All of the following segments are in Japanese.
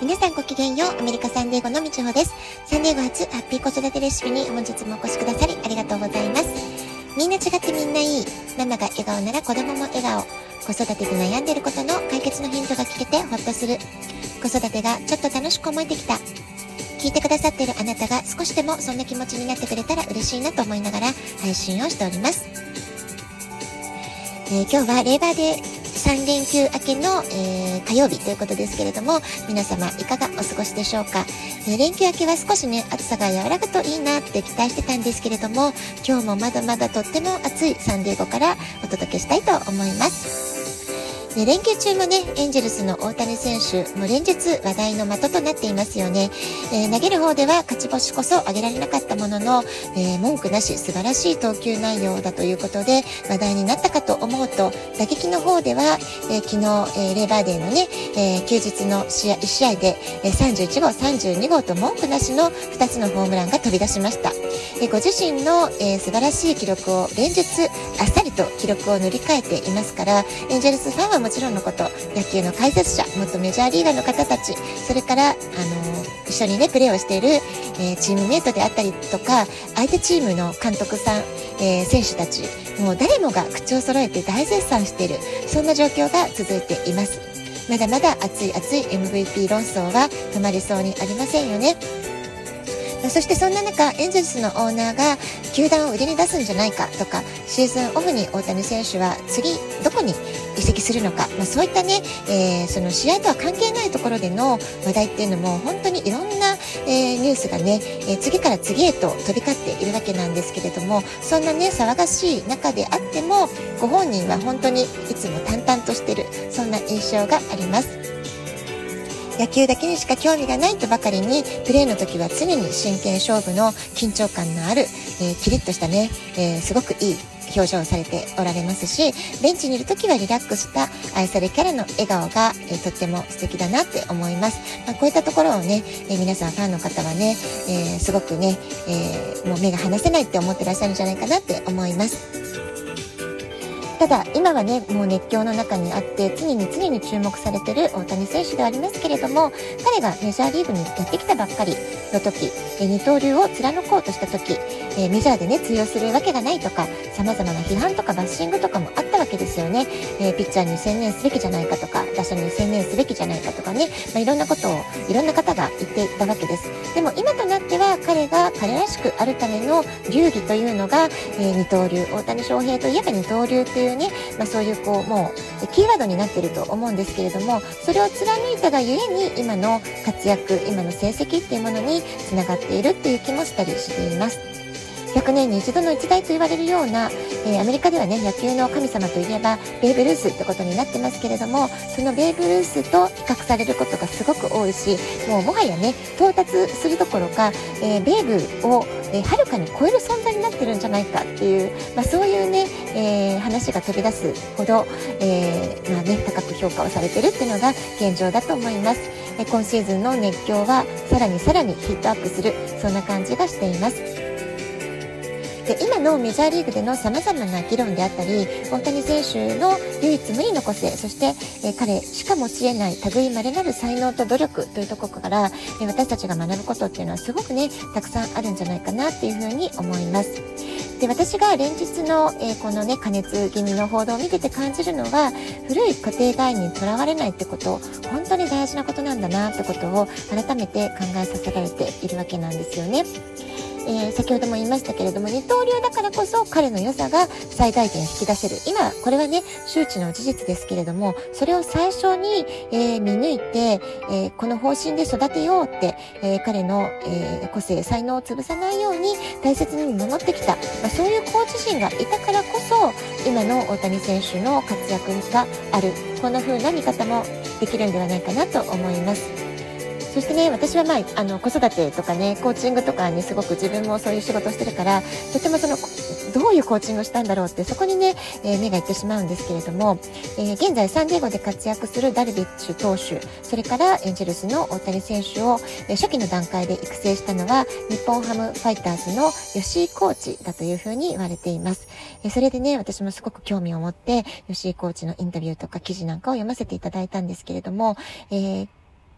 皆さんごきげんよう。アメリカサンディエゴのみちほです。サンディエゴ初ハッピー子育てレシピに本日もお越しくださりありがとうございます。みんな違ってみんないい。ママが笑顔なら子供も笑顔。子育てで悩んでいることの解決のヒントが聞けてほっとする。子育てがちょっと楽しく思えてきた。聞いてくださっているあなたが少しでもそんな気持ちになってくれたら嬉しいなと思いながら配信をしております。今日はレーバーデー3連休明けの、火曜日ということですけれども、皆様いかがお過ごしでしょうか。連休明けは少しね、暑さが和らぐといいなって期待してたんですけれども、今日もまだまだとっても暑いサンディエゴからお届けしたいと思います。連休中もね、エンジェルスの大谷選手、もう連日話題の的となっていますよね。投げる方では勝ち星こそ上げられなかったものの、文句なし素晴らしい投球内容だということで話題になったかと思うと、打撃の方では、昨日、レーバーデーのね、休日の1試合で、31号、32号と文句なしの2つのホームランが飛び出しました。ご自身の、素晴らしい記録を連日あっさりと記録を塗り替えていますから、エンジェルスファンはもちろんのこと、野球の解説者、元メジャーリーガーの方たち、それから一緒にねプレーをしている、チームメイトであったりとか、相手チームの監督さん、選手たち、もう誰もが口を揃えて大絶賛している、そんな状況が続いています。まだまだ熱い MVP 論争は止まりそうにありませんよね。そしてそんな中、エンゼルスのオーナーが球団を売りに出すんじゃないかとか、シーズンオフに大谷選手は次どこに移籍するのか、そういったね、その試合とは関係ないところでの話題っていうのも本当にいろんな、ニュースがね、次から次へと飛び交っているわけなんですけれども、そんなね騒がしい中であっても、ご本人は本当にいつも淡々としている、そんな印象があります。野球だけにしか興味がないとばかりに、プレーの時は常に真剣勝負の緊張感のある、キリッとしたね、すごくいい表情をされておられますし、ベンチにいる時はリラックスした愛されキャラの笑顔が、とっても素敵だなって思います。こういったところをね、皆さんファンの方はね、すごくね、もう目が離せないって思ってらっしゃるんじゃないかなって思います。ただ今はね、もう熱狂の中にあって常に注目されている大谷選手ではありますけれども、彼がメジャーリーグにやってきたばっかりの時、二刀流を貫こうとした時、メジャーでね通用するわけがないとか、様々な批判とかバッシングとかもあったわけですよね。ピッチャーに専念すべきじゃないかとか、打者に専念すべきじゃないかとかね、いろんなことをいろんな方が言っていたわけです。でも今となっては、彼が彼らしくあるための流儀というのが、二刀流、大谷翔平といえば二刀流というね、そういうもうキーワードになっていると思うんですけれども、それを貫いたがゆえに今の活躍、今の成績っていうものにつながっているっていう気もしたりしています。100年に一度の一代と言われるような、アメリカではね野球の神様といえばベーブ・ルースってことになってますけれども、そのベーブ・ルースと比較されることがすごく多いし、もはやね到達するどころか、ベーブをはるかに超える存在になってるんじゃないかっていう、そういうね、話が飛び出すほど、高く評価をされてるっていうのが現状だと思います。今シーズンの熱狂はさらにヒートアップする、そんな感じがしています。で、今のメジャーリーグでの様々な議論であったり、大谷選手の唯一無二の個性、そして、彼しか持ち得ない類まれなる才能と努力というところから、私たちが学ぶことっていうのはすごくねたくさんあるんじゃないかなっていうふうに思います。で、私が連日の、このね加熱気味の報道を見てて感じるのは、古い固定概念にとらわれないってこと、本当に大事なことなんだなってことを改めて考えさせられているわけなんですよね。先ほども言いましたけれども、二刀流だからこそ彼の良さが最大限引き出せる。今これはね周知の事実ですけれども、それを最初に、見抜いて、この方針で育てようって、彼の、個性才能を潰さないように大切に守ってきた、そういうコーチ陣がいたからこそ今の大谷選手の活躍がある、こんな風な見方もできるんではないかなと思います。そしてね、私は子育てとかね、コーチングとかにすごく自分もそういう仕事をしてるから、とてもどういうコーチングをしたんだろうってそこにね、目がいってしまうんですけれども、現在サンディエゴで活躍するダルビッシュ投手、それからエンジェルスの大谷選手を、初期の段階で育成したのは日本ハムファイターズの吉井コーチだというふうに言われています。それでね、私もすごく興味を持って吉井コーチのインタビューとか記事なんかを読ませていただいたんですけれども、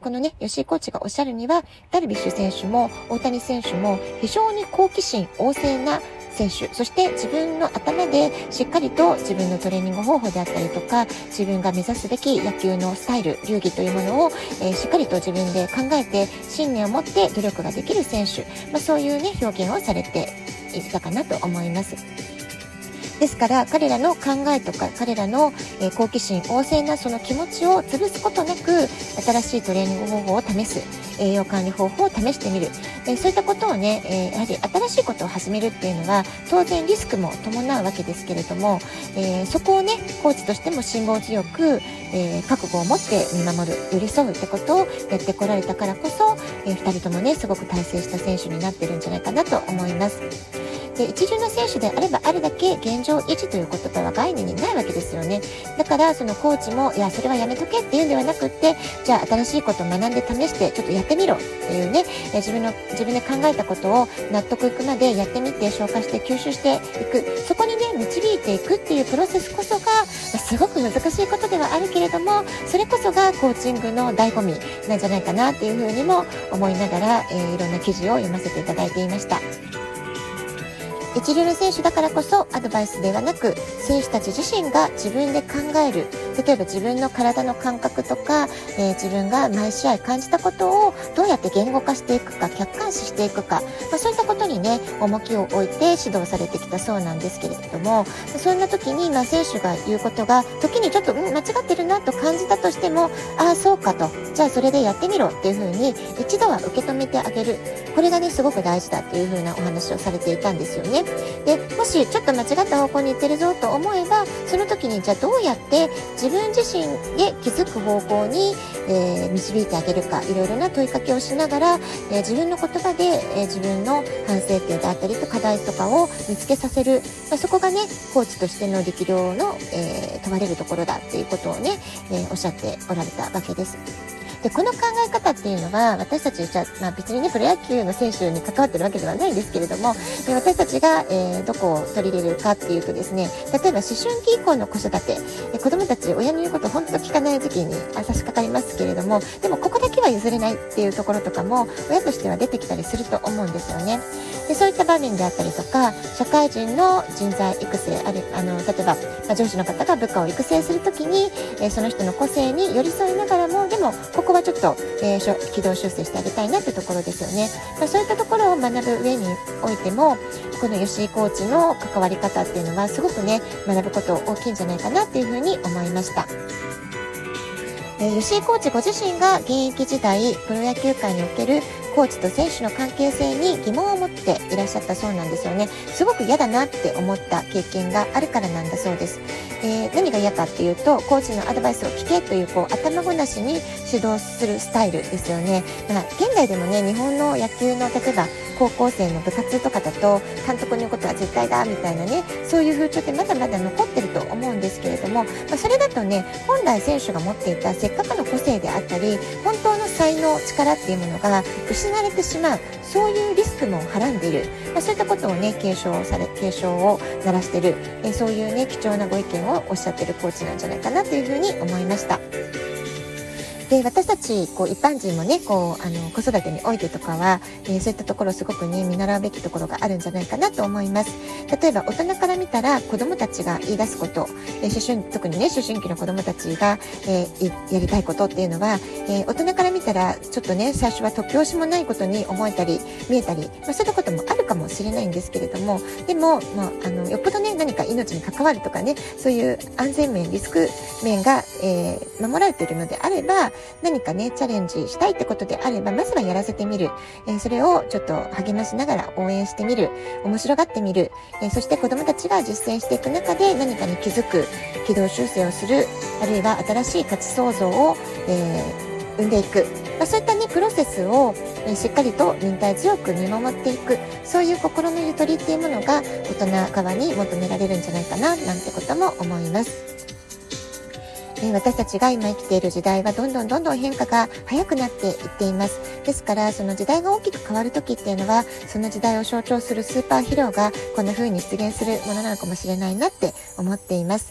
このね、吉井コーチがおっしゃるには、ダルビッシュ選手も大谷選手も非常に好奇心旺盛な選手、そして自分の頭でしっかりと自分のトレーニング方法であったりとか、自分が目指すべき野球のスタイル、流儀というものを、しっかりと自分で考えて信念を持って努力ができる選手、そういうね、表現をされていたかなと思います。ですから彼らの考えとか彼らの好奇心旺盛なその気持ちを潰すことなく、新しいトレーニング方法を試す、栄養管理方法を試してみる、そういったことをね、やはり新しいことを始めるっていうのは当然リスクも伴うわけですけれども、そこをね、コーチとしても辛抱強く、覚悟を持って見守る、寄り添うってことをやってこられたからこそ、2人ともね、すごく大成した選手になってるんじゃないかなと思います。で、一流の選手であればあるだけ現状維持という言葉は概念にないわけですよね。だからそのコーチも、いやそれはやめとけっていうんではなくって、じゃあ新しいことを学んで試してちょっとやってみろっていうね、自分で考えたことを納得いくまでやってみて、消化して吸収していく、そこにね導いていくっていうプロセスこそがすごく難しいことではあるけれども、それこそがコーチングの醍醐味なんじゃないかなっていうふうにも思いながら、いろんな記事を読ませていただいていました。一流の選手だからこそアドバイスではなく、選手たち自身が自分で考える、例えば自分の体の感覚とか、自分が毎試合感じたことをどうやって言語化していくか、客観視していくか、そういったことにね重きを置いて指導されてきたそうなんですけれども、そんな時に、選手が言うことが時にちょっと間違ってるなと感じたとしても、ああそうかと、じゃあそれでやってみろっていうふうに一度は受け止めてあげる、これがねすごく大事だっていうふうなお話をされていたんですよね。で、もしちょっと間違った方向に行ってるぞと思えば、その時にじゃあどうやって自分自身で気づく方向に、導いてあげるか、いろいろな問いかけをしながら、自分の言葉で、自分の反省点であったりと課題とかを見つけさせる、そこがねコーチとしての力量の、問われるところだっていうことをね、おっしゃっておられたわけです。で、この考え方っていうのは私たちじゃ、別にねプロ野球の選手に関わってるわけではないんですけれども、私たちが、どこを取り入れるかっていうとですね、例えば思春期以降の子育て、子供たち親の言うこと本当聞かない時期に差し掛かりますけれども、でもここだけは譲れないっていうところとかも親としては出てきたりすると思うんですよね。で、そういった場面であったりとか、社会人の人材育成、例えば、上司の方が部下を育成するときに、その人の個性に寄り添いながらも、でもここはちょっと、軌道修正してあげたいなってところですよね。そういったところを学ぶ上においても、この吉井コーチの関わり方っていうのはすごくね学ぶこと大きいんじゃないかなっていうふうに思いました。吉井コーチご自身が現役時代プロ野球界におけるコーチと選手の関係性に疑問を持っていらっしゃったそうなんですよね。すごく嫌だなって思った経験があるからなんだそうです。何が嫌かっていうと、コーチのアドバイスを聞けという、頭ごなしに指導するスタイルですよね。現代でもね、日本の野球の例えば高校生の部活とかだと監督の言うことは絶対だみたいなね、そういう風潮ってまだまだ残ってると思うんですけれども、それだとね、本来選手が持っていたせっかくの個性であったり本当の才能、力っていうものが失われてしまう、そういうリスクもはらんでいる、そういったことをね警鐘を鳴らしている、そういうね貴重なご意見をおっしゃっているコーチなんじゃないかなというふうに思いました。で、私たち一般人もね子育てにおいてとかは、そういったところすごくね見習うべきところがあるんじゃないかなと思います。例えば大人から見たら子どもたちが言い出すこと、特にね思春期の子どもたちが、やりたいことっていうのは、大人から見たらちょっとね最初は突拍子もないことに思えたり見えたり、そういったこともあるかもしれないんですけれども、でも、よっぽどね何か命に関わるとかね、そういう安全面リスク面が、守られているのであれば、何かねチャレンジしたいってことであればまずはやらせてみる、それをちょっと励ましながら応援してみる、面白がってみる、そして子どもたちが実践していく中で何かに気づく、軌道修正をする、あるいは新しい価値創造を、生んでいく、そういったねプロセスを、しっかりと忍耐強く見守っていく、そういう心のゆとりっていうものが大人側に求められるんじゃないかななんてことも思います。私たちが今生きている時代はどんどん変化が早くなっていっています。ですからその時代が大きく変わる時っていうのは、その時代を象徴するスーパーヒーローがこんな風に出現するものなのかもしれないなって思っています。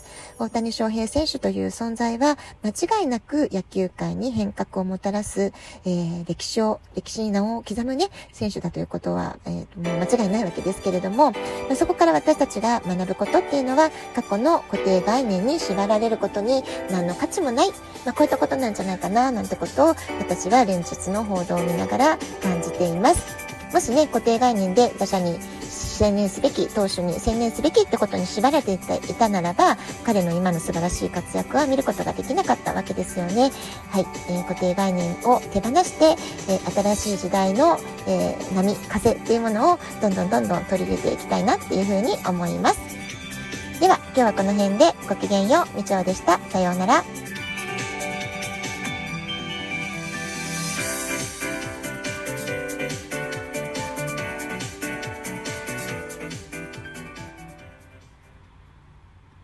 大谷翔平選手という存在は間違いなく野球界に変革をもたらす、歴史に名を刻むね、選手だということは、もう間違いないわけですけれども、そこから私たちが学ぶことっていうのは、過去の固定概念に縛られることに何の価値もない、こういったことなんじゃないかな、なんてことを私は連日の報道を見ながら感じています。もしね、固定概念で打者に専念すべき、投手に専念すべきってことに縛られていたならば、彼の今の素晴らしい活躍は見ることができなかったわけですよね。はい、固定概念を手放して、新しい時代の、波、風っていうものをどんどん取り入れていきたいなっていうふうに思います。では、今日はこの辺でごきげんよう。みちおでした。さようなら。